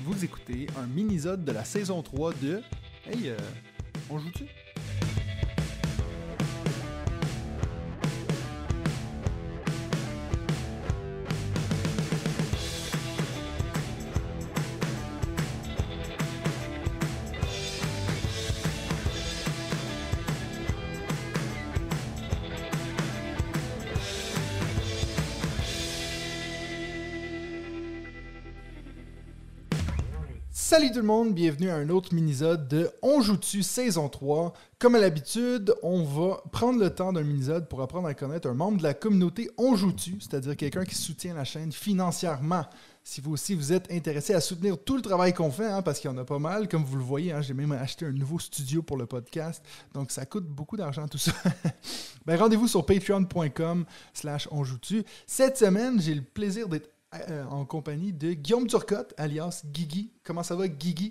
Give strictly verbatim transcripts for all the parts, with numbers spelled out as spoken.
Vous écoutez un mini-sode de la saison trois de Hey, euh, on joue-tu? Salut tout le monde, bienvenue à un autre mini-sode de On joue-tu saison trois. Comme à l'habitude, on va prendre le temps d'un mini-sode pour apprendre à connaître un membre de la communauté On joue-tu, c'est-à-dire quelqu'un qui soutient la chaîne financièrement. Si vous aussi vous êtes intéressé à soutenir tout le travail qu'on fait, hein, parce qu'il y en a pas mal, comme vous le voyez, hein, j'ai même acheté un nouveau studio pour le podcast, donc ça coûte beaucoup d'argent tout ça. ben, rendez-vous sur patreon.com slash on joue-tu. Cette semaine, j'ai le plaisir d'être Euh, en compagnie de Guillaume Turcotte, alias Guigui. Comment ça va, Guigui?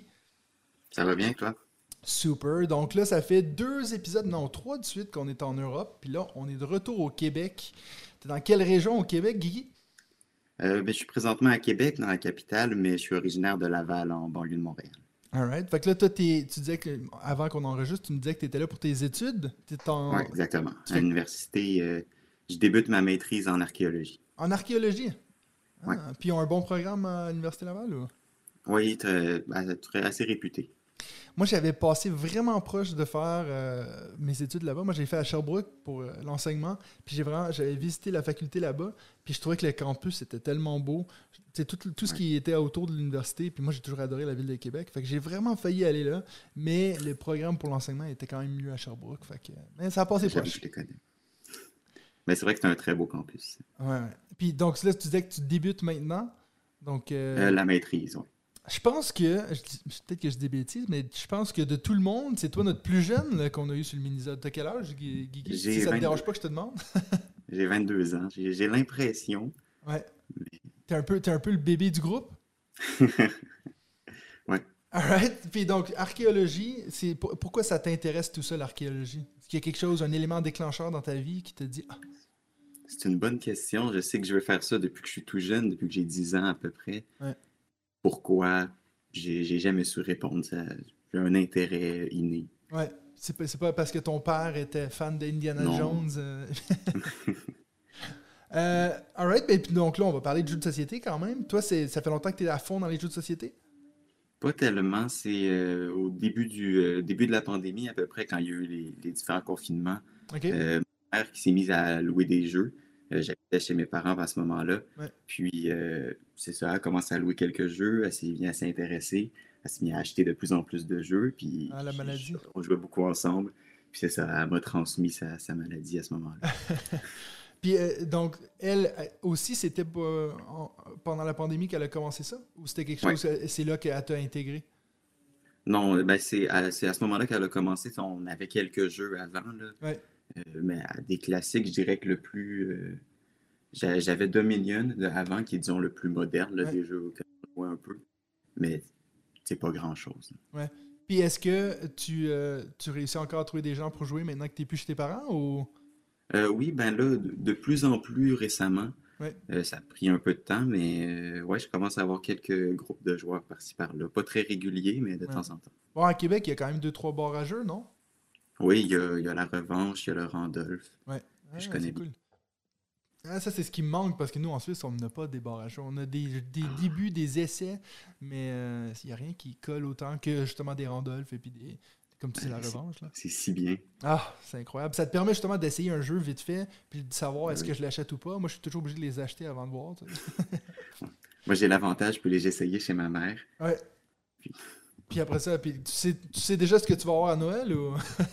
Ça va bien, toi? Super. Donc là, ça fait deux épisodes, non, trois de suite qu'on est en Europe. Puis là, on est de retour au Québec. T'es dans quelle région au Québec, Guigui? Euh, ben, je suis présentement à Québec, dans la capitale, mais je suis originaire de Laval, en banlieue de Montréal. Alright. Fait que là, toi, t'es- tu disais que, avant qu'on enregistre, tu me disais que tu étais là pour tes études. T'es Oui, en, exactement. tu À fais l'université, euh, je débute ma maîtrise en archéologie. en archéologie. Ouais. Ah, puis ils ont un bon programme à l'Université Laval, ou? Oui, très, ben, très- assez réputé. Moi, j'avais passé vraiment proche de faire euh, mes études là-bas. Moi, j'ai fait à Sherbrooke pour euh, l'enseignement. Puis j'ai vraiment, j'avais visité la faculté là-bas. Puis je trouvais que le campus était tellement beau. C'est tout, tout ce Ouais. qui était autour de l'université. Puis moi, j'ai toujours adoré la ville de Québec. Fait que j'ai vraiment failli aller là. Mais le programme pour l'enseignement était quand même mieux à Sherbrooke. Fait que, mais ça a passé J'avoue que proche. je les connais. Mais c'est vrai que c'est un très beau campus. Ouais, ouais. Puis donc là, tu disais que tu débutes maintenant. Donc, Euh, euh, la maîtrise, oui. je pense que, je dis- peut-être que je dis des bêtises, mais je pense que de tout le monde, c'est toi notre plus jeune là, qu'on a eu sur le mini-sode. T'as quel âge, Gui- Guigui? Si J'ai ça te vingt-deux, dérange pas que je te demande. j'ai vingt-deux ans. J'ai j'ai l'impression. Ouais. mais- T'es un peu, t'es un peu le bébé du groupe. Ouais. Alright. Puis donc, archéologie, c'est pour- pourquoi ça t'intéresse tout ça, l'archéologie? Est-ce qu'il y a quelque chose, un élément déclencheur dans ta vie qui te dit ah, C'est une bonne question. Je sais que je veux faire ça depuis que je suis tout jeune, depuis que j'ai dix ans à peu près. ouais, Pourquoi? J'ai j'ai jamais su répondre. Ça, j'ai un intérêt inné. ouais. C'est pas, c'est pas parce que ton père était fan d'Indiana Non. Jones. euh. Euh, alright. Ben, puis donc là, on va parler de jeux de société quand même. Toi, c'est, ça fait longtemps que t'es à fond dans les jeux de société? Pas tellement. C'est euh, au début du euh, début de la pandémie, à peu près, quand il y a eu les, les différents confinements. OK? Euh, ma mère qui s'est mise à louer des jeux. Euh, j'habitais chez mes parents à ce moment-là. Ouais. Puis, euh, c'est ça, elle a commencé à louer quelques jeux. Elle s'est bien s'est intéressée. Elle s'est mise à acheter de plus en plus de jeux. Puis, Ah, la j'ai- maladie. j'ai- on jouait beaucoup ensemble. Puis, c'est ça, elle m'a transmis sa, sa maladie à ce moment-là. Puis euh, donc, elle euh, aussi, c'était pas, en- pendant la pandémie qu'elle a commencé ça? Ou c'était quelque Ouais. chose, euh, c'est là qu'elle t'a intégré? Non, ben c'est à, c'est à ce moment-là qu'elle a commencé. On avait quelques jeux avant, là. Ouais. Euh, mais à des classiques, je dirais que le plus. euh, j'a- j'avais Dominion de avant, qui est, disons, le plus moderne, là, Ouais. des jeux auxquels on joue un peu. Mais c'est pas grand-chose. Ouais. Puis est-ce que tu, euh, tu réussis encore à trouver des gens pour jouer maintenant que t'es plus chez tes parents ou... Euh, oui, ben là, de, de plus en plus récemment, Ouais. euh, ça a pris un peu de temps, mais euh, ouais, je commence à avoir quelques groupes de joueurs par-ci par-là. Pas très réguliers, mais de Ouais. temps en temps. Bon, à Québec, il y a quand même deux, trois bars à jeu, non? Oui, il y a, il y a la revanche, il y a le Randolph, Ouais. que je Ah, connais c'est bien. cool. Ah, ça, c'est ce qui me manque parce que nous, en Suisse, on n'a pas des bars à jeu. On a des, des débuts, des essais, mais euh, il n'y a rien qui colle autant que justement des Randolph et puis des. Comme tu sais, la Ben, c'est revanche, là. c'est si bien. Ah, c'est incroyable. Ça te permet justement d'essayer un jeu vite fait, puis de savoir Ben est-ce que oui. je l'achète ou pas. Moi, je suis toujours obligé de les acheter avant de voir. Tu sais. Moi, j'ai l'avantage, je peux les essayer chez ma mère. Ouais. Puis, Puis après ça, puis tu sais, tu sais déjà ce que tu vas avoir à Noël ou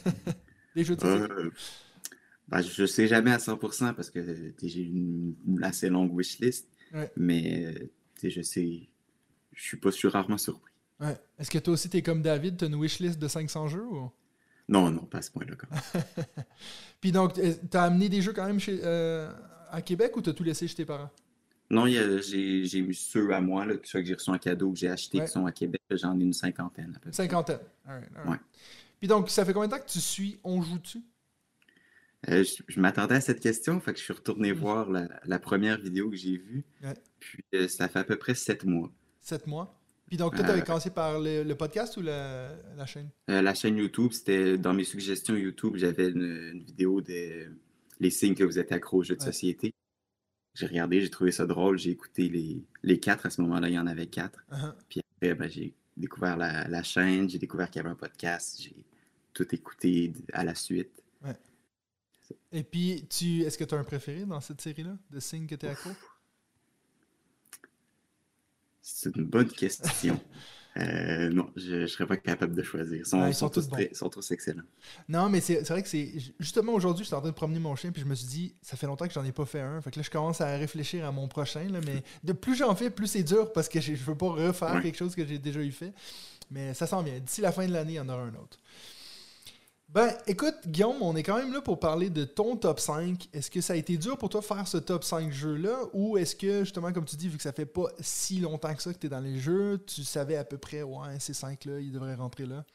les jeux de société? euh, ben, je sais jamais à cent pour cent parce que tu sais, j'ai une, une assez longue wishlist, Ouais. mais euh, tu sais, je sais, je suis pas, je suis rarement surpris. Ouais. Est-ce que toi aussi, t'es comme David, t'as une wishlist de cinq cents jeux ou? Non, non, pas à ce point-là quand même. Puis donc, euh, t'as amené des jeux quand même chez, euh, à Québec ou t'as tout laissé chez tes parents? Non, il y a- j'ai j'ai eu ceux à moi, là, que soit que j'ai reçu en cadeau, que j'ai acheté, qui Ouais. sont à Québec. J'en ai une cinquantaine à peu près. Cinquantaine. Alright, alright. Ouais. Puis donc, ça fait combien de temps que tu suis On joue-tu? Euh, je je m'attendais à cette question, fait que je suis retourné Mm. voir la, la première vidéo que j'ai vue. Ouais. Puis euh, ça fait à peu près sept mois. Sept mois. Puis donc, toi, Euh, t'avais commencé par le, le podcast ou la, la chaîne? euh, la chaîne YouTube, c'était dans mes suggestions YouTube, j'avais une, une vidéo de les signes que vous êtes accro aux jeux de Ouais. société. J'ai regardé, j'ai trouvé ça drôle, j'ai écouté les, les quatre. À ce moment-là, il y en avait quatre. Uh-huh. Puis après, ben, j'ai découvert la, la chaîne, j'ai découvert qu'il y avait un podcast, j'ai tout écouté à la suite. Ouais. Et puis, tu, est-ce que tu as un préféré dans cette série-là, de signes que tu es accro? C'est une bonne question. Euh, non, je ne serais pas capable de choisir. Ils sont, Ah, ils sont sont tous tous bons. très, sont tous excellents. Non, mais c'est c'est vrai que c'est. Justement, aujourd'hui, j'étais en train de promener mon chien, puis je me suis dit, ça fait longtemps que j'en ai pas fait un. Fait que là, je commence à réfléchir à mon prochain, là, mais de plus j'en fais, plus c'est dur parce que je je veux pas refaire Ouais. quelque chose que j'ai déjà eu fait. Mais ça s'en vient. D'ici la fin de l'année, il y en aura un autre. Ben, écoute, Guillaume, on est quand même là pour parler de ton top cinq. Est-ce que ça a été dur pour toi de faire ce top cinq jeux-là? Ou est-ce que, justement, comme tu dis, vu que ça fait pas si longtemps que ça que tu es dans les jeux, tu savais à peu près, ouais, ces cinq-là, ils devraient rentrer là?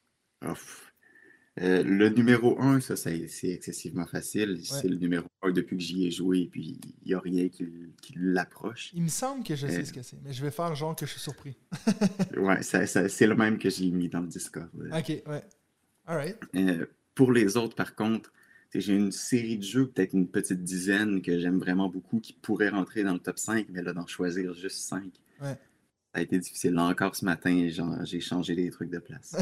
Ouf. Euh, le numéro un, ça, ça, c'est excessivement facile. Ouais. C'est le numéro un depuis que j'y ai joué, puis il n'y a rien qui, qui l'approche. Il me semble que je sais Euh, ce que c'est, mais je vais faire genre que je suis surpris. ouais, ça, ça- c'est le même que j'ai mis dans le Discord. là. Ok, ouais. Alright. Euh, pour les autres, par contre, tu sais, j'ai une série de jeux, peut-être une petite dizaine, que j'aime vraiment beaucoup, qui pourraient rentrer dans le top cinq, mais là, d'en choisir juste cinq, Ouais. ça a été difficile. Là encore, ce matin, genre, j'ai changé des trucs de place.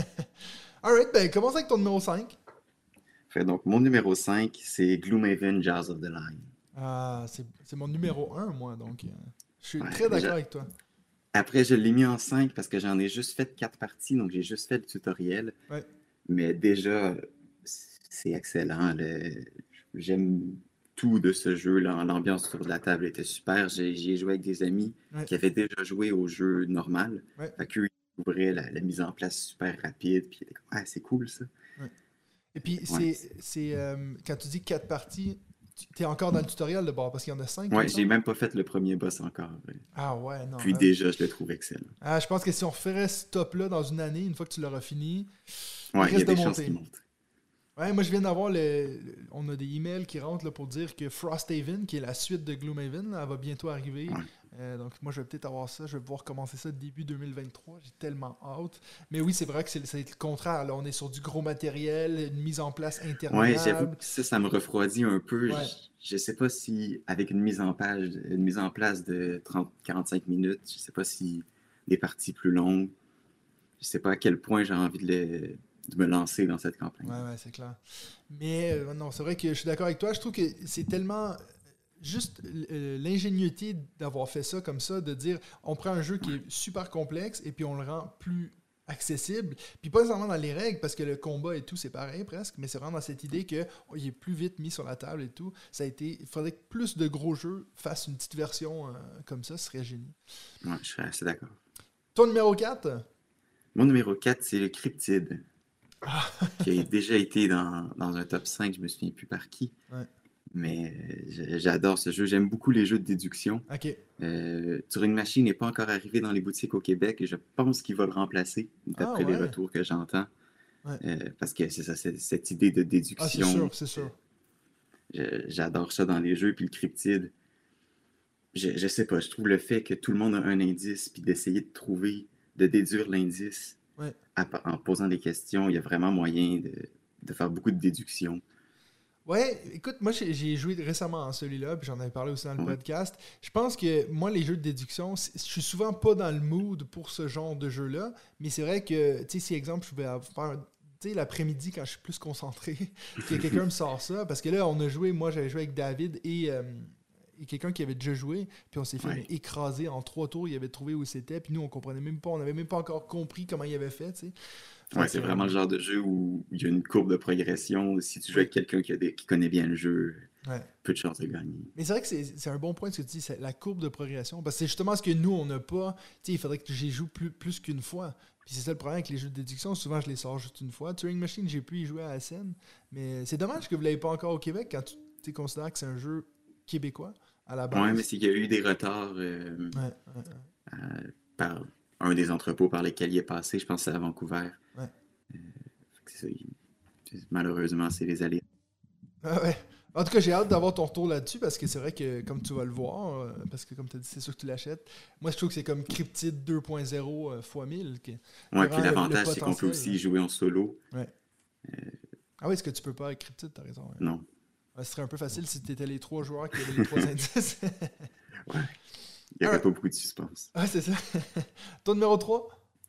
Alright, ben commence avec ton numéro cinq. Fait donc, mon numéro cinq, c'est Gloomhaven Jars of the Line. Ah, c'est c'est mon numéro un, moi, donc euh, je suis Ouais, très d'accord déjà- avec toi. Après, je l'ai mis en cinq parce que j'en ai juste fait quatre parties, donc j'ai juste fait le tutoriel. Ouais. Mais déjà, c'est excellent. le- J'aime tout de ce jeu. là. L'ambiance autour de la table était super. J'ai- J'y ai joué avec des amis Ouais. qui avaient déjà joué au jeu normal. Ouais. Fait qu'eux, ils découvraient la, la mise en place super rapide. Puis ils étaient comme, ah, c'est cool ça. Et puis, Ouais. c'est c'est, euh, quand tu dis quatre parties, tu es encore dans le tutoriel de bord parce qu'il y en a cinq. Ouais, il me j'ai semble. même pas fait le premier boss encore. Ah ouais, non. Puis hein. déjà, je le trouve excellent. Ah, je pense que si on referait ce top-là dans une année, une fois que tu l'auras fini, Ouais, il y a risque de des chances monter. qu'il monte. ouais, moi je viens d'avoir le, le- On a des emails qui rentrent là, pour dire que Frosthaven, qui est la suite de Gloomhaven, là, elle va bientôt arriver. Ouais. Euh, donc moi je vais peut-être avoir ça, je vais pouvoir commencer ça début deux mille vingt-trois, j'ai tellement hâte. Mais oui, c'est vrai que c'est c'est le contraire, là. On est sur du gros matériel, une mise en place Ouais, interminable. j'avoue que ça, ça me refroidit un peu. Ouais. Je, je sais pas si, avec une mise en page, une mise en place de trente à quarante-cinq minutes, je sais pas si des parties plus longues, je sais pas à quel point j'ai envie de, le- de me lancer dans cette campagne. Ouais, ouais, c'est clair. Mais euh, non, c'est vrai que je suis d'accord avec toi. Je trouve que c'est tellement juste euh, l'ingéniosité d'avoir fait ça comme ça, de dire on prend un jeu qui est super complexe et puis on le rend plus accessible. Puis pas nécessairement dans les règles, parce que le combat et tout, c'est pareil presque, mais c'est vraiment dans cette idée qu'il oh, est plus vite mis sur la table et tout. Ça a été. Il faudrait que plus de gros jeux fassent une petite version euh, comme ça, ce serait génial. Ouais, je suis assez d'accord. Ton numéro quatre? Mon numéro quatre, c'est le Cryptid, Ah, qui a déjà été dans, dans un top cinq, je me souviens plus par qui. Ouais. Mais euh, j'ai- j'adore ce jeu. J'aime beaucoup les jeux de déduction. ok. Euh, Turing Machine n'est pas encore arrivé dans les boutiques au Québec et je pense qu'il va le remplacer, d'après Ah, ouais. les retours que j'entends. Ouais. Euh, parce que c'est ça, c'est- cette idée de Ah, c'est déduction. sûr, c'est sûr. je- J'adore ça dans les jeux. Puis le Cryptid, je, je sais pas, je trouve le fait que tout le monde a un indice, puis d'essayer de trouver, de déduire l'indice Ouais. à- en posant des questions, il y a vraiment moyen de, de faire beaucoup de déductions. Ouais, écoute, moi j'ai j'ai joué récemment à celui-là, puis j'en avais parlé aussi dans le Ouais. podcast. Je pense que moi, les jeux de déduction, c'est- je suis souvent pas dans le mood pour ce genre de jeu-là, mais c'est vrai que, tu sais, si exemple, je pouvais faire, tu sais, l'après-midi quand je suis plus concentré, que quelqu'un me sort ça, parce que là, on a joué, moi j'avais joué avec David et, euh, et quelqu'un qui avait déjà joué, puis on s'est fait Ouais. mais, écraser en trois tours, il avait trouvé où c'était, puis nous on comprenait même pas, on avait même pas encore compris comment il avait fait, tu sais. Fait Ouais, que, c'est vraiment le genre de jeu où il y a une courbe de progression. Si tu joues avec quelqu'un qui, a des- qui connaît bien le jeu, Ouais. peu de chances de gagner. Mais c'est vrai que c'est c'est un bon point ce que tu dis, c'est la courbe de progression. Parce que c'est justement ce que nous, on n'a pas. Tu sais, il faudrait que j'y joue plus, plus qu'une fois. Puis c'est ça le problème avec les jeux de déduction. Souvent, je les sors juste une fois. Turing Machine, j'ai pu y jouer à la scène. Mais c'est dommage que vous ne l'avez pas encore au Québec quand tu tu considères que c'est un jeu québécois à la base. Ouais, mais c'est qu'il y a eu des retards euh, Ouais, ouais, ouais. à- par un des entrepôts par lesquels il est passé. Je pense que c'est à Vancouver. Ouais. Euh, fait que c'est ça, il- c'est- malheureusement, c'est les allées. Ah ouais. En tout cas, j'ai hâte d'avoir ton retour là-dessus parce que c'est vrai que, comme tu vas le voir, euh, parce que comme tu as dit, c'est sûr que tu l'achètes. Moi, je trouve que c'est comme Cryptid deux point zéro euh, fois mille. Que, Ouais, puis vraiment le, le l'avantage, c'est qu'on peut potentiel. aussi Là. jouer en solo. Ouais. Ah oui, ce que tu peux pas avec Cryptid, t'as raison. Ouais. Non. Ouais, ce serait un peu facile si tu étais les trois joueurs qui avaient les trois indices. Ouais. Il n'y aurait Alright. pas beaucoup de suspense. Ah, c'est ça. Ton numéro trois?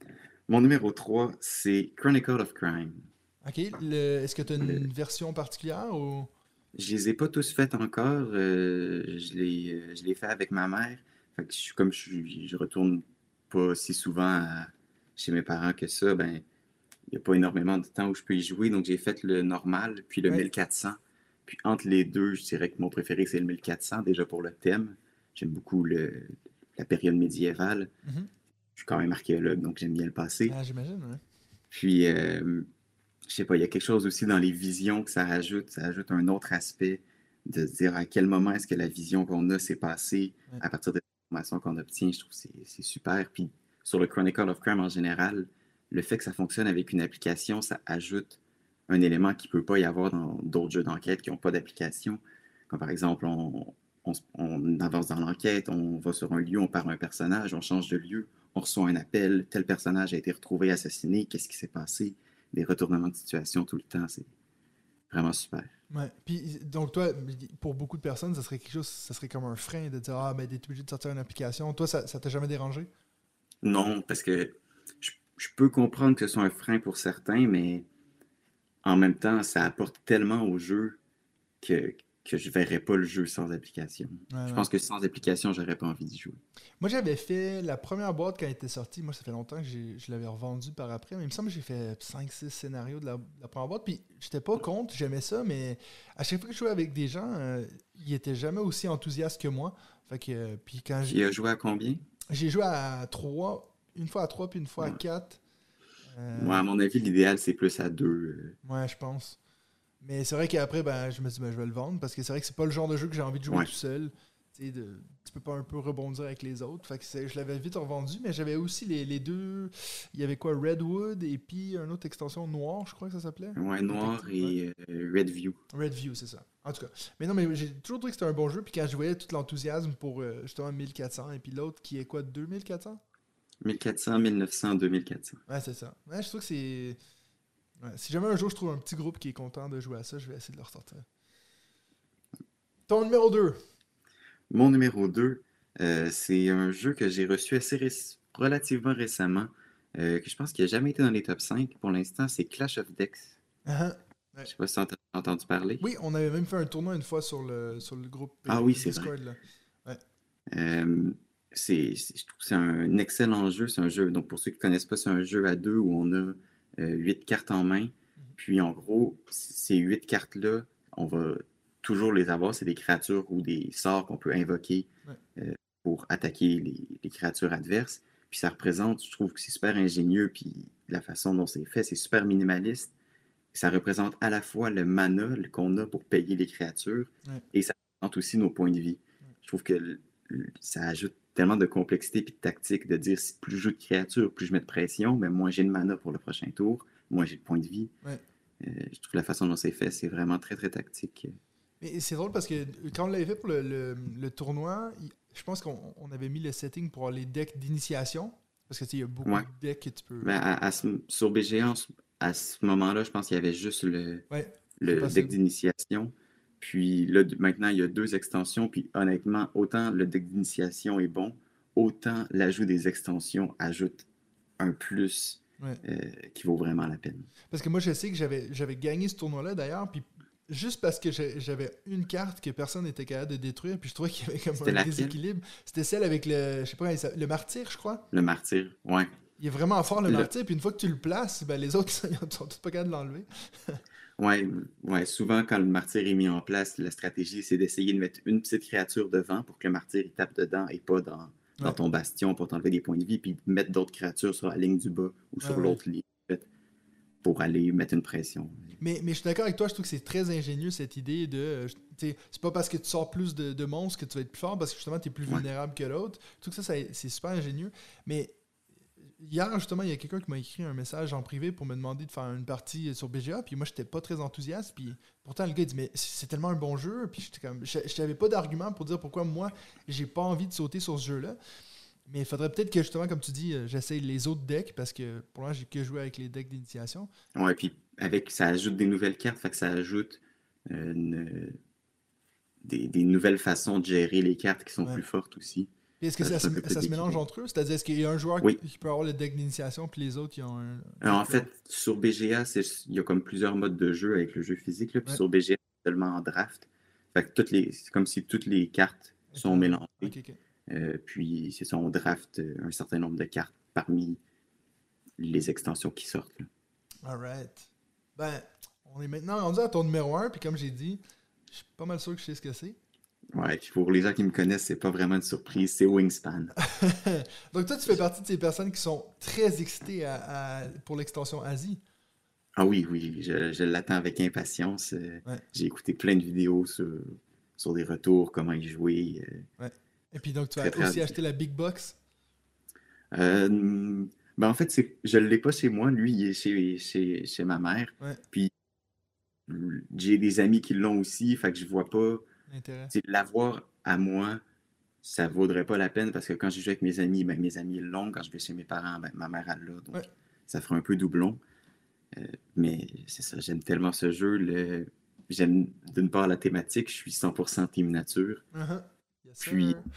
Mon numéro trois, c'est Chronicle of Crime. OK. Le, est-ce que tu as Le- une version particulière ou... Je les ai pas tous faits encore. euh, je les, euh, je les fais avec ma mère. Fait que je suis- comme je, suis- je retourne pas si souvent à- chez mes parents que ça, ben il n'y a pas énormément de temps où je peux y jouer. Donc j'ai fait le normal, puis le Ouais. mille quatre cents. Puis entre les deux, je dirais que mon préféré, c'est le mille quatre cents, déjà pour le thème. J'aime beaucoup le- la période médiévale. Mhm. Je suis quand même archéologue, donc j'aime bien le passé. Ah, j'imagine, ouais. Puis, euh, je sais pas, il y a quelque chose aussi dans les visions que ça rajoute. Ça ajoute un autre aspect de se dire à quel moment est-ce que la vision qu'on a s'est passée Ouais. à partir des informations qu'on obtient. Je trouve que c'est c'est super. Puis, sur le Chronicle of Crime en général, le fait que ça fonctionne avec une application, ça ajoute un élément qu'il ne peut pas y avoir dans d'autres jeux d'enquête qui n'ont pas d'application. Comme par exemple, on, on, on avance dans l'enquête, on va sur un lieu, on parle à un personnage, on change de lieu, on reçoit un appel, tel personnage a été retrouvé assassiné, qu'est-ce qui s'est passé? Des retournements de situation tout le temps, c'est vraiment super. Ouais. Puis, donc, toi, pour beaucoup de personnes, ça serait quelque chose, ça serait comme un frein de dire ah, ben, t'es obligé de sortir une application. Toi, ça, ça t'a jamais dérangé? Non, parce que je, je peux comprendre que ce soit un frein pour certains, mais en même temps, ça apporte tellement au jeu que, que je ne verrais pas le jeu sans application. Ouais, Je ouais. pense que sans application, j'aurais pas envie d'y jouer. Moi, j'avais fait la première boîte quand elle était sortie. Moi, ça fait longtemps que j'ai- je l'avais revendue par après. Mais il me semble que j'ai fait cinq six scénarios de la, de la première boîte. Puis, j'étais pas contre, j'aimais ça. Mais à chaque fois que je jouais avec des gens, euh, ils étaient jamais aussi enthousiastes que moi. Fait que, euh, puis quand Qui j'ai a joué à combien? j'ai joué à trois, une fois à trois, puis une fois à Ouais. quatre. Moi, à mon avis, l'idéal, c'est plus à deux. euh. Ouais, je pense. Mais c'est vrai qu'après, ben, je me dis, ben, je vais le vendre parce que c'est vrai que c'est pas le genre de jeu que j'ai envie de jouer Ouais. tout seul. Tu sais, de- tu peux pas un peu rebondir avec les autres. Fait que c'est- je l'avais vite revendu, mais j'avais aussi les, les deux. Il y avait quoi, Redwood et puis une autre extension noire, je crois que ça s'appelait. Ouais, Noir Détective, ouais. et euh, Red View. Redview, c'est ça. En tout cas. Mais non, mais j'ai toujours trouvé que c'était un bon jeu. Puis quand je voyais tout l'enthousiasme pour euh, justement mille quatre cents et puis l'autre qui est quoi, deux mille quatre cents? mille quatre cents, mille neuf cents, deux mille quatre cents. Ouais, c'est ça. Ouais, je trouve que c'est. Ouais, si jamais un jour je trouve un petit groupe qui est content de jouer à ça, je vais essayer de le ressortir. Ton numéro deux. Mon numéro deux, euh, c'est un jeu que j'ai reçu assez réc- relativement récemment, euh, que je pense qu'il n'a jamais été dans les top cinq pour l'instant, c'est Clash of Decks. Uh-huh. Je sais pas si tu as entendu parler. Oui, on avait même fait un tournoi une fois sur le, sur le groupe Ah euh, oui, c'est Discord. Là. Euh, c'est, c'est- je trouve que c'est un excellent jeu. C'est un jeu, donc pour ceux qui ne connaissent pas, c'est un jeu à deux où on a euh, huit cartes en main. Puis en gros, c- ces huit cartes-là, on va toujours les avoir. C'est des créatures ou des sorts qu'on peut invoquer Ouais. euh, pour attaquer les, les créatures adverses. Puis ça représente, je trouve que c'est super ingénieux. Puis la façon dont c'est fait, c'est super minimaliste. Ça représente à la fois le mana qu'on a pour payer les créatures Ouais. et ça représente aussi nos points de vie. Je trouve que le- le- ça ajoute tellement de complexité et de tactique de dire si plus je joue de créatures, plus je mets de pression, mais moins j'ai de mana pour le prochain tour, moins j'ai de points de vie. Ouais. Euh, je trouve que la façon dont c'est fait, c'est vraiment très très tactique. Mais c'est drôle parce que quand on l'avait fait pour le, le- le tournoi, il- je pense qu'on on avait mis le setting pour avoir les decks d'initiation. Parce que tu sais, il y a beaucoup Ouais. de decks que tu peux. Ben, à- à ce- sur B G A, en ce- à ce moment-là, je pense qu'il y avait juste le, Ouais, c'est le possible. deck d'initiation. Puis là, d- maintenant, il y a deux extensions. Puis honnêtement, autant le deck d'initiation est bon, autant l'ajout des extensions ajoute un plus Ouais. euh, qui vaut vraiment la peine. Parce que moi, je sais que j'avais j'avais gagné ce tournoi-là d'ailleurs, puis juste parce que j'ai- j'avais une carte que personne n'était capable de détruire, puis je trouvais qu'il y avait comme C'était un laquelle? déséquilibre. C'était celle avec le, je sais pas, comment il s'appelle, le martyr, je crois. Le martyr, ouais. Il est vraiment fort, le Le- martyr, puis une fois que tu le places, ben, les autres ils sont tous pas capables de l'enlever. Ouais, ouais, souvent, quand le martyr est mis en place, la stratégie, c'est d'essayer de mettre une petite créature devant pour que le martyr il tape dedans et pas dans, dans Ouais. ton bastion pour t'enlever des points de vie, puis mettre d'autres créatures sur la ligne du bas ou sur ouais. l'autre ligne en fait, pour aller mettre une pression. Mais, mais je suis d'accord avec toi, je trouve que c'est très ingénieux cette idée de. euh, tu sais, c'est pas parce que tu sors plus de, de monstres que tu vas être plus fort, parce que justement tu es plus Ouais. vulnérable que l'autre. Je trouve que ça, ça- c'est super ingénieux. Mais hier, justement, il y a quelqu'un qui m'a écrit un message en privé pour me demander de faire une partie sur B G A, puis moi, j'étais pas très enthousiaste, puis pourtant, le gars, il dit, mais c'est tellement un bon jeu, puis j'étais comme, je n'avais pas d'argument pour dire pourquoi moi, j'ai pas envie de sauter sur ce jeu-là. Mais il faudrait peut-être que, justement, comme tu dis, euh, j'essaye les autres decks, parce que pour l'instant, j'ai que joué avec les decks d'initiation. Ouais, puis avec, ça ajoute des nouvelles cartes, fait que ça ajoute euh, une- des, des nouvelles façons de gérer les cartes qui sont Ouais. plus fortes aussi. Puis est-ce que Ça ça, ajoute se, un peu plus ça se mélange d'équilibre. entre eux? C'est-à-dire, est-ce qu'il y a un joueur Oui. qui peut avoir le deck d'initiation, puis les autres, qui ont un... Alors, en fait, sur B G A, c'est- il y a comme plusieurs modes de jeu avec le jeu physique. Là, puis Ouais. sur B G A, c'est seulement en draft. Fait que toutes les, c'est comme si toutes les cartes sont Ok. mélangées. Ok, ok. Euh, puis c'est ça, on draft euh, un certain nombre de cartes parmi les extensions qui sortent. Là. Alright. Ben, on est maintenant rendu à ton numéro un, puis comme j'ai dit, je suis pas mal sûr que je sais ce que c'est. Ouais, puis pour les gens qui me connaissent, c'est pas vraiment une surprise, c'est Wingspan. Donc toi, tu fais partie de ces personnes qui sont très excitées à, à- pour l'extension Asie. Ah oui, oui, je, je l'attends avec impatience. Euh, Ouais. J'ai écouté plein de vidéos sur, sur des retours, comment y jouer. euh, Ouais. Et puis donc, tu vas Très, très aussi hâte. acheter la Big Box. Euh, ben en fait, c'est, je ne l'ai pas chez moi. Lui, il est chez, chez, chez ma mère. Ouais, Puis j'ai des amis qui l'ont aussi. Fait que je vois pas. intérêt. Tu sais, l'avoir à moi, ça vaudrait pas la peine parce que quand je joue avec mes amis, ben, mes amis l'ont. Quand je vais chez mes parents, ben, ma mère elle l'a. Donc Ouais. ça fera un peu doublon. Euh, mais c'est ça, j'aime tellement ce jeu. Le... J'aime d'une part la thématique, je suis cent pour cent team nature. Uh-huh. Yes, Puis sir.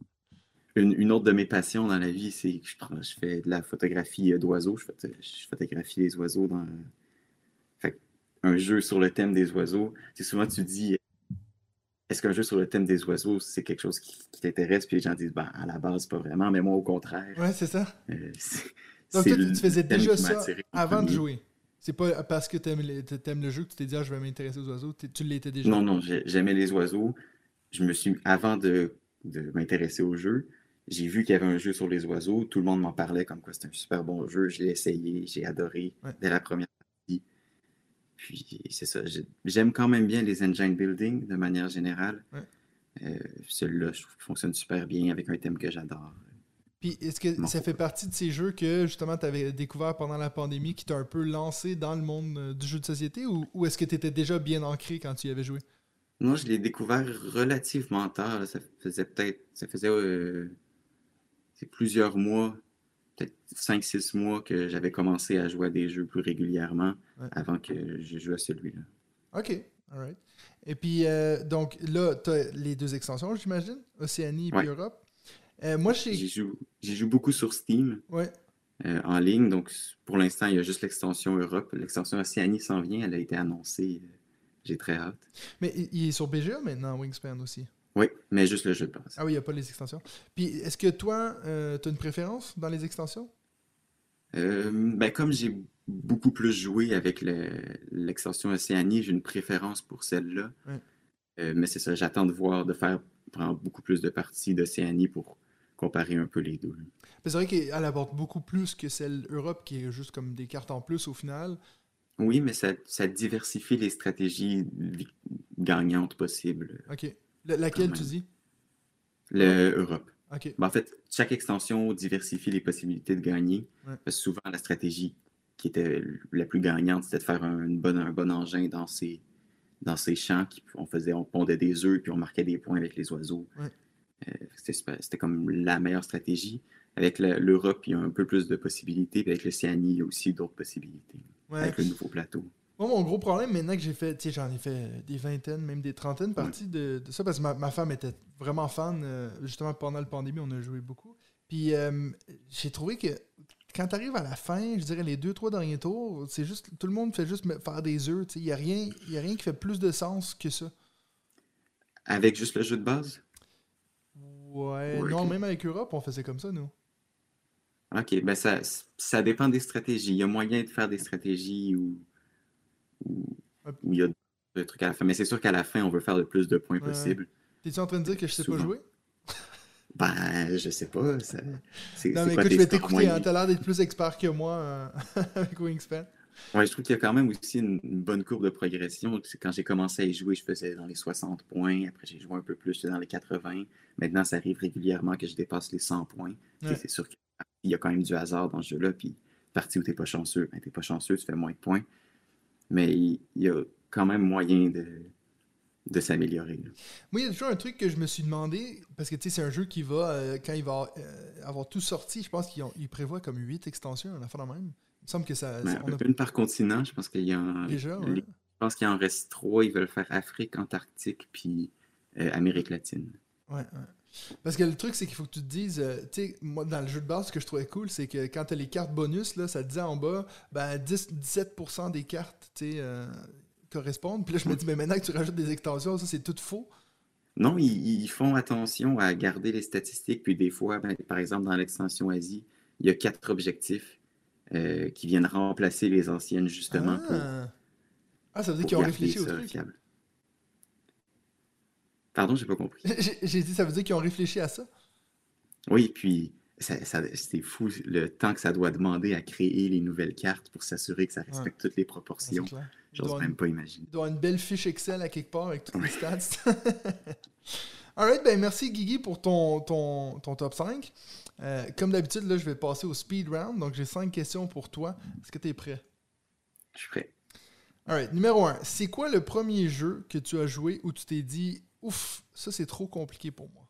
une, une autre de mes passions dans la vie, c'est que je, prends, je fais de la photographie euh, d'oiseaux. Je, photo- je photographie les oiseaux dans fait que un jeu sur le thème des oiseaux. C'est souvent tu dis est-ce qu'un jeu sur le thème des oiseaux, c'est quelque chose qui, qui t'intéresse? Puis les gens disent ben, à la base, pas vraiment, mais moi au contraire. Ouais, c'est ça. Euh, c'est Donc c'est toi, tu le tu faisais thème déjà qui m'a ça attiré en avant de premier. jouer. C'est pas parce que t'aimes, les- t'aimes le jeu que tu t'es dit, ah, je vais m'intéresser aux oiseaux. T'es- Tu l'étais déjà. Non, non, j'ai- j'aimais les oiseaux. Je me suis, avant de, de m'intéresser au jeu, j'ai vu qu'il y avait un jeu sur les oiseaux. Tout le monde m'en parlait comme quoi c'était un super bon jeu. Je l'ai essayé, j'ai adoré Ouais. dès la première partie. Puis c'est ça, j'ai- j'aime quand même bien les engine building de manière générale. Ouais. Euh, Celui-là, je trouve qu'il fonctionne super bien avec un thème que j'adore. Puis est-ce que M'en ça faut fait pas. partie de ces jeux que justement tu avais découvert pendant la pandémie qui t'a un peu lancé dans le monde euh, du jeu de société ou, ou est-ce que tu étais déjà bien ancré quand tu y avais joué? Moi, je l'ai découvert relativement tard. Là. Ça faisait peut-être, ça faisait euh, c'est plusieurs mois, peut-être cinq six mois que j'avais commencé à jouer à des jeux plus régulièrement Ouais. avant que je joue à celui-là. OK, alright. Et puis euh, donc là, tu as les deux extensions, j'imagine, Océanie et puis Ouais. Europe. Euh, moi, J'y j'ai. joue, j'y joue beaucoup sur Steam Ouais. euh, en ligne. Donc, pour l'instant, il y a juste l'extension Europe. L'extension Océanie s'en vient. Elle a été annoncée. Euh, J'ai très hâte. Mais il, il est sur B G A maintenant, Wingspan aussi. Oui, mais juste le jeu de base. Ah oui, il n'y a pas les extensions. Puis est-ce que toi, tu as une préférence dans les extensions? Euh, ben, comme j'ai beaucoup plus joué avec le- l'extension Océanie, j'ai une préférence pour celle-là. Ouais. Euh, mais c'est ça, j'attends de voir, de faire prendre beaucoup plus de parties d'Océanie pour comparer un peu les deux. C'est vrai qu'elle apporte beaucoup plus que celle Europe qui est juste comme des cartes en plus au final. Oui, mais ça, ça diversifie les stratégies vi- gagnantes possibles, OK. Le- quand laquelle tu même. dis? Le Europe. OK. Ben, en fait, chaque extension diversifie les possibilités de gagner. Ouais. Parce que souvent, la stratégie qui était la plus gagnante, c'était de faire un, une bonne, un bon engin dans ces, dans ces champs. Qui, on, faisait, on pondait des œufs puis on marquait des points avec les oiseaux. Ouais. Euh, c'était, super- c'était comme la meilleure stratégie. Avec la- l'Europe, il y a un peu plus de possibilités. Puis avec l'Océanie, il y a aussi d'autres possibilités. Ouais. Avec le nouveau plateau. Moi, mon gros problème maintenant que j'ai fait, tu sais, j'en ai fait des vingtaines, même des trentaines parties de, de ça, parce que ma, ma femme était vraiment fan. euh, justement, pendant la pandémie, on a joué beaucoup. Puis euh, j'ai trouvé que quand tu arrives à la fin, je dirais les deux, trois derniers tours, c'est juste, tout le monde fait juste me- faire des œufs. Il n'y a, rien- y a rien qui fait plus de sens que ça. Avec juste le jeu de base? Ouais, Ouais, non, ok. même avec Europe, on faisait comme ça, nous. OK, ben ça, ça dépend des stratégies. Il y a moyen de faire des stratégies où, où, Ouais. où il y a des trucs à la fin. Mais c'est sûr qu'à la fin, on veut faire le plus de points Ouais. possible. T'es-tu en train de dire que je sais pas Souvent. jouer? Ben, je sais pas. ça- C'est Non, c'est mais quoi écoute, tes je vais scores t'écouter, hein, moyens? t'as l'air d'être plus expert que moi euh, avec Wingspan. Ouais, je trouve qu'il y a quand même aussi une, une bonne courbe de progression. C'est Quand j'ai commencé à y jouer, je faisais dans les soixante points. Après, j'ai joué un peu plus, j'étais dans les quatre-vingts. Maintenant, ça arrive régulièrement que je dépasse les cent points. Tu sais, Ouais. C'est sûr que il y a quand même du hasard dans ce jeu-là, puis partie où t'es pas chanceux, ben t'es pas chanceux, tu fais moins de points. Mais il, il y a quand même moyen de, de s'améliorer. Là. Moi, il y a toujours un truc que je me suis demandé, parce que tu sais, c'est un jeu qui va, euh, quand il va euh, avoir tout sorti, je pense qu'il il prévoit comme huit extensions, un affaire de même. Il me semble que ça. Mais ça- à on peu a près une par continent, je pense qu'il y en, déjà, ouais. les- je pense qu'il en reste trois. Ils veulent faire Afrique, Antarctique, puis euh, Amérique latine. Ouais, ouais. Parce que le truc, c'est qu'il faut que tu te dises, euh, tu sais, moi, dans le jeu de base, ce que je trouvais cool, c'est que quand tu as les cartes bonus, là, ça te disait en bas, ben, dix, dix-sept pour cent des cartes, tu sais, euh, correspondent. Puis là, je me dis, mais maintenant que tu rajoutes des extensions, ça, c'est tout faux. Non, ils, ils font attention à garder les statistiques, puis des fois, ben, par exemple, dans l'extension Asie, il y a quatre objectifs euh, qui viennent remplacer les anciennes, justement, pour, Ah! Ah, ça veut dire pour qu'ils ont garder réfléchi au ça truc. fiable. Pardon, j'ai pas compris. J'ai j'ai dit, ça veut dire qu'ils ont réfléchi à ça. Oui, puis ça, ça- c'est fou le temps que ça doit demander à créer les nouvelles cartes pour s'assurer que ça Ouais, respecte toutes les ouais, c'est proportions. clair. Il doit J'ose avoir une, même pas imaginer. il doit avoir une belle fiche Excel à quelque part avec toutes les Ouais. stats. Alright, ben merci Guigui pour ton, ton, ton top cinq. Euh, comme d'habitude, là, je vais passer au speed round. Donc, j'ai cinq questions pour toi. Est-ce que tu es prêt? Je suis prêt. Alright, numéro un. C'est quoi le premier jeu que tu as joué où tu t'es dit, ouf, ça c'est trop compliqué pour moi?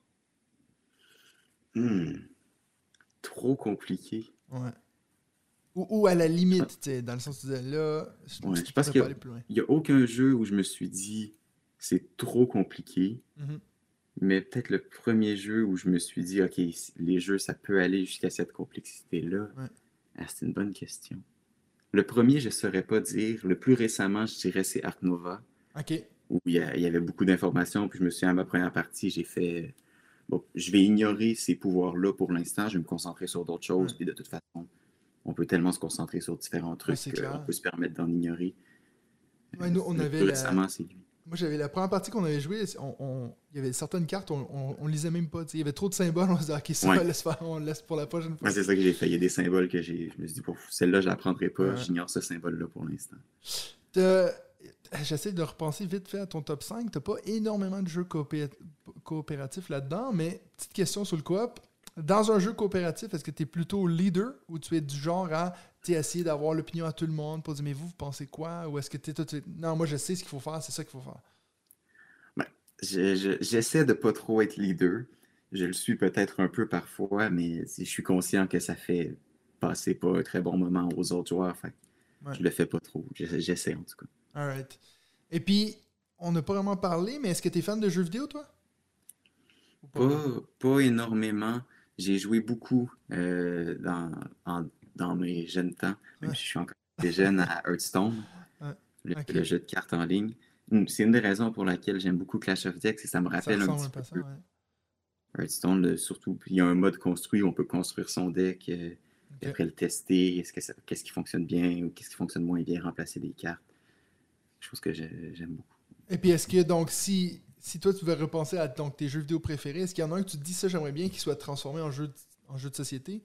Hmm, trop compliqué. Ouais. Ou, ou à la Je limite, pense, tu sais, dans le sens où tu disais là, je ouais, ne je pense pourrais qu'il pas n'y aller a, plus loin. il y a aucun jeu où je me suis dit c'est trop compliqué. Mhm. Mais peut-être le premier jeu où je me suis dit, OK, les jeux, ça peut aller jusqu'à cette complexité-là. Ouais. Ah, c'est une bonne question. Le premier, je ne saurais pas dire. Le plus récemment, je dirais, c'est Ark Nova, Ok. où il y, a- il y avait beaucoup d'informations. Puis je me souviens, à ma première partie, j'ai fait, bon, je vais ignorer ces pouvoirs-là pour l'instant. Je vais me concentrer sur d'autres Ouais. choses. Puis de toute façon, on peut tellement se concentrer sur différents Ouais, trucs c'est qu'on clair. peut se permettre d'en ignorer. Ouais, nous, on Le avait plus la. récemment, c'est lui. Moi, j'avais la première partie qu'on avait jouée, on, on- il y avait certaines cartes, on, on, on lisait même pas. Tu sais, il y avait trop de symboles, on se disait, ok, ça, Ouais. laisse faire, on le laisse pour la prochaine Ouais, fois. c'est ça que j'ai fait. Il y a des symboles que j'ai. Je me suis dit, pour celle-là, je la prendrai pas. Ouais. J'ignore ce symbole-là pour l'instant. T'as- J'essaie de repenser vite fait à ton top cinq. T'as pas énormément de jeux coopé- coopératifs là-dedans, mais petite question sur le coop. Dans un jeu coopératif, est-ce que tu es plutôt leader ou tu es du genre à t'sais, essayer d'avoir l'opinion à tout le monde pour dire mais vous, vous pensez quoi? Ou est-ce que tu es tout de suite non, moi je sais ce qu'il faut faire, c'est ça qu'il faut faire. Ben, je- je- j'essaie de pas trop être leader. Je le suis peut-être un peu parfois, mais si je suis conscient que ça fait passer pas un très bon moment aux autres joueurs. Fait que Ouais. je le fais pas trop. Je- J'essaie en tout cas. Alright. Et puis, on n'a pas vraiment parlé, mais est-ce que tu es fan de jeux vidéo, toi? Ou pas Pas, vraiment? pas énormément. J'ai joué beaucoup euh, dans, en- dans mes jeunes temps, même Ouais. si je suis encore très jeune, à Hearthstone, Ouais. le, Ok. le jeu de cartes en ligne. Hum, C'est une des raisons pour laquelle j'aime beaucoup Clash of Decks, et ça me Ça rappelle un ressemble un petit peu à ça, peu ouais. Hearthstone, le- surtout. Il y a un mode construit où on peut construire son deck, euh, et Ok. après le tester, est-ce que ça- qu'est-ce qui fonctionne bien ou qu'est-ce qui fonctionne moins bien, remplacer des cartes. Chose que j'ai- j'aime beaucoup. Et puis, est-ce que, donc, si, si toi, tu veux repenser à donc, tes jeux vidéo préférés, est-ce qu'il y en a un que tu te dis, ça, j'aimerais bien qu'il soit transformé en jeu de, en jeu de société?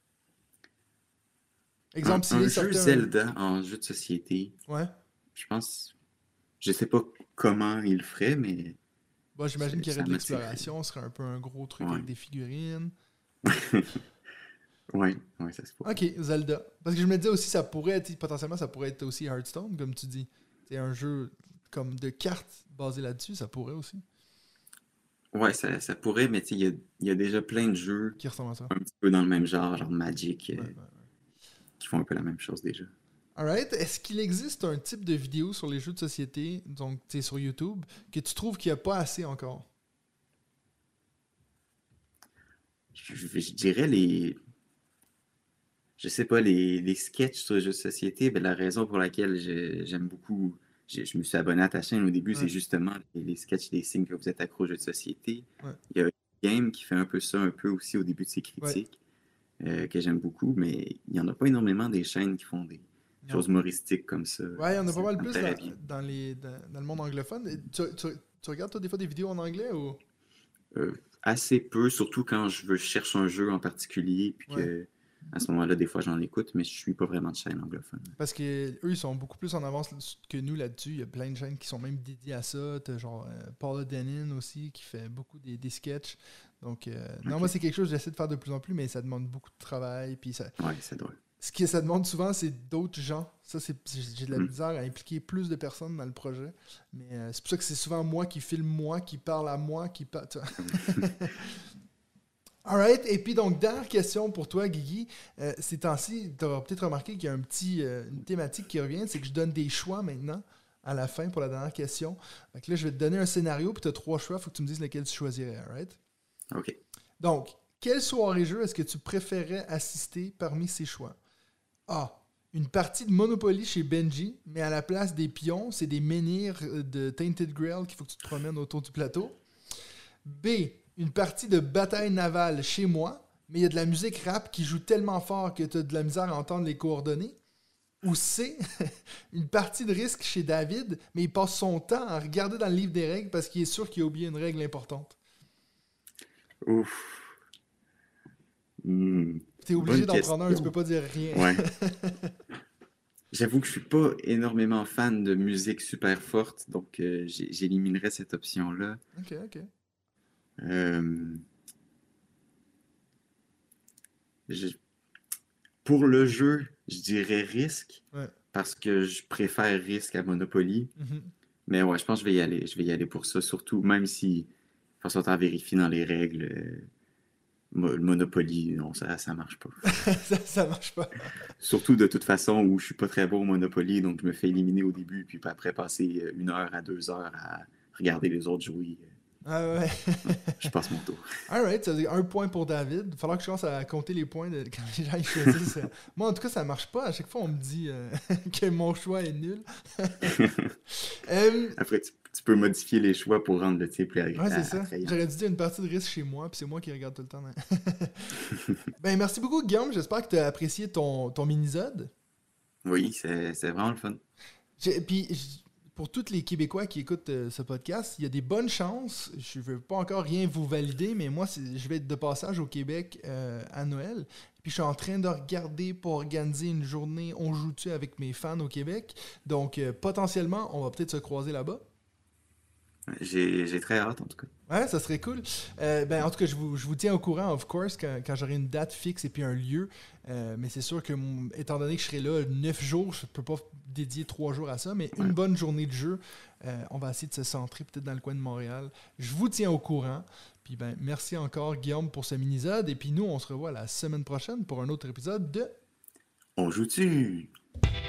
Un, Exemple, s'il un est jeu sorti un... Zelda en jeu de société, Ouais. je pense, je sais pas comment il le ferait, mais Bon, j'imagine c'est- qu'il y aurait ça de m'attirerait. l'exploration, ce serait un peu un gros truc Ouais. avec des figurines. Ouais, ouais, ça se pourrait. Ok, Zelda. Parce que je me disais aussi, ça pourrait être, potentiellement, ça pourrait être aussi Hearthstone, comme tu dis. C'est un jeu comme de cartes basé là-dessus, ça pourrait aussi. Ouais, ça, ça pourrait, mais tu sais, il y a, il y a déjà plein de jeux Qui ressemble à ça. un petit peu dans le même genre, genre Magic, Ouais, euh, ouais, ouais. qui font un peu la même chose déjà. Alright. Est-ce qu'il existe un type de vidéo sur les jeux de société, donc tu sais, sur YouTube, que tu trouves qu'il n'y a pas assez encore? Je, je- je dirais les, je sais pas, les, les sketchs sur les jeux de société, ben, la raison pour laquelle je- j'aime beaucoup, je, je me suis abonné à ta chaîne au début, c'est Ouais, justement les, les sketchs, les signes que vous êtes accro aux jeux de société. ouais, Il y a Game qui fait un peu ça, un peu aussi au début de ses ouais. critiques, euh, que j'aime beaucoup, mais il n'y en a pas énormément des chaînes qui font des Non. choses humoristiques comme ça. Ouais, il y en a Ça, pas mal ça me plus plairait dans, bien. dans les, dans, dans le monde anglophone. Et Tu, tu- tu regardes toi des fois des vidéos en anglais ou... Euh, assez peu, surtout quand je veux je cherche un jeu en particulier, puis Ouais. que à ce moment-là, des fois, j'en écoute, mais je suis pas vraiment de chaîne anglophone. Parce que eux, ils sont beaucoup plus en avance que nous là-dessus. Il y a plein de chaînes qui sont même dédiées à ça. T'as genre euh, Paula Denin aussi qui fait beaucoup des, des sketchs. Donc, euh, Ok. non, moi, c'est quelque chose que j'essaie de faire de plus en plus, mais ça demande beaucoup de travail. Puis ça, Ouais, c'est drôle. ce que ça demande souvent, c'est d'autres gens. Ça, c'est, j'ai j'ai de la Mm. misère à impliquer plus de personnes dans le projet. Mais euh, c'est pour ça que c'est souvent moi qui filme moi, qui parle à moi, qui parle. Alright, et puis donc, dernière question pour toi, Guigui. Euh, ces temps-ci, tu auras peut-être remarqué qu'il y a un petit, euh, une thématique qui revient, c'est que je donne des choix maintenant à la fin pour la dernière question. Fait que là, je vais te donner un scénario, puis tu as trois choix, il faut que tu me dises lequel tu choisirais, alright? OK. Donc, quelle soirée-jeu est-ce que tu préférais assister parmi ces choix? A. Une partie de Monopoly chez Benji, mais à la place des pions, c'est des menhirs de Tainted Grail qu'il faut que tu te promènes autour du plateau. B. Une partie de bataille navale chez moi, mais il y a de la musique rap qui joue tellement fort que tu as de la misère à entendre les coordonnées. Ou C. Une partie de risque chez David, mais il passe son temps à regarder dans le livre des règles parce qu'il est sûr qu'il a oublié une règle importante. Ouf. Hmm. T'es obligé Bonne d'en prendre un, tu question. peux pas dire rien. Ouais. J'avoue que je suis pas énormément fan de musique super forte, donc euh, j'ai- j'éliminerais cette option-là. Ok, ok. Euh, je- Pour le jeu, je dirais risque, Ouais. parce que je préfère risque à Monopoly. Mhm. Mais ouais, je pense que je vais y aller. Je vais y aller pour ça, surtout, même si, faut son temps à vérifier dans les règles. euh, Mo- Le Monopoly, non, ça, ça marche pas. ça, ça marche pas. Surtout de toute façon où je suis pas très bon au Monopoly, donc je me fais éliminer au début, puis après passer euh, une heure à deux heures à regarder les autres jouer. Ah ouais. Je passe mon tour. Alright, ça veut dire un point pour David. Il va falloir que je commence à compter les points de... quand les gens ils choisissent. Moi, en tout cas, ça marche pas. À chaque fois, on me dit euh, que mon choix est nul. Euh, Après, tu, tu peux modifier les choix pour rendre le type plus agré- Ouais, c'est à- ça. attrayant. J'aurais dû dire une partie de risque chez moi, puis c'est moi qui regarde tout le temps. hein. Ben, merci beaucoup, Guillaume. J'espère que tu as apprécié ton, ton mini-zode. Oui, c'est c'est vraiment le fun. J'ai- Puis, j- pour tous les Québécois qui écoutent euh, ce podcast, il y a des bonnes chances. Je ne veux pas encore rien vous valider, mais moi, c'est- je vais être de passage au Québec euh, à Noël. Puis, je suis en train de regarder pour organiser une journée On joue-tu avec mes fans au Québec. Donc, euh, potentiellement, on va peut-être se croiser là-bas. J'ai j'ai très hâte, en tout cas. Ouais, ça serait cool. Euh, ben, en tout cas, je vous, je vous tiens au courant, of course, quand, quand j'aurai une date fixe et puis un lieu. Euh, mais c'est sûr que, mon- étant donné que je serai là neuf jours, je peux pas dédier trois jours à ça, mais une Ouais. bonne journée de jeu, euh, on va essayer de se centrer peut-être dans le coin de Montréal. Je vous tiens au courant. Puis ben, merci encore, Guillaume, pour ce mini-zode. Et puis nous, on se revoit la semaine prochaine pour un autre épisode de On joue-tu?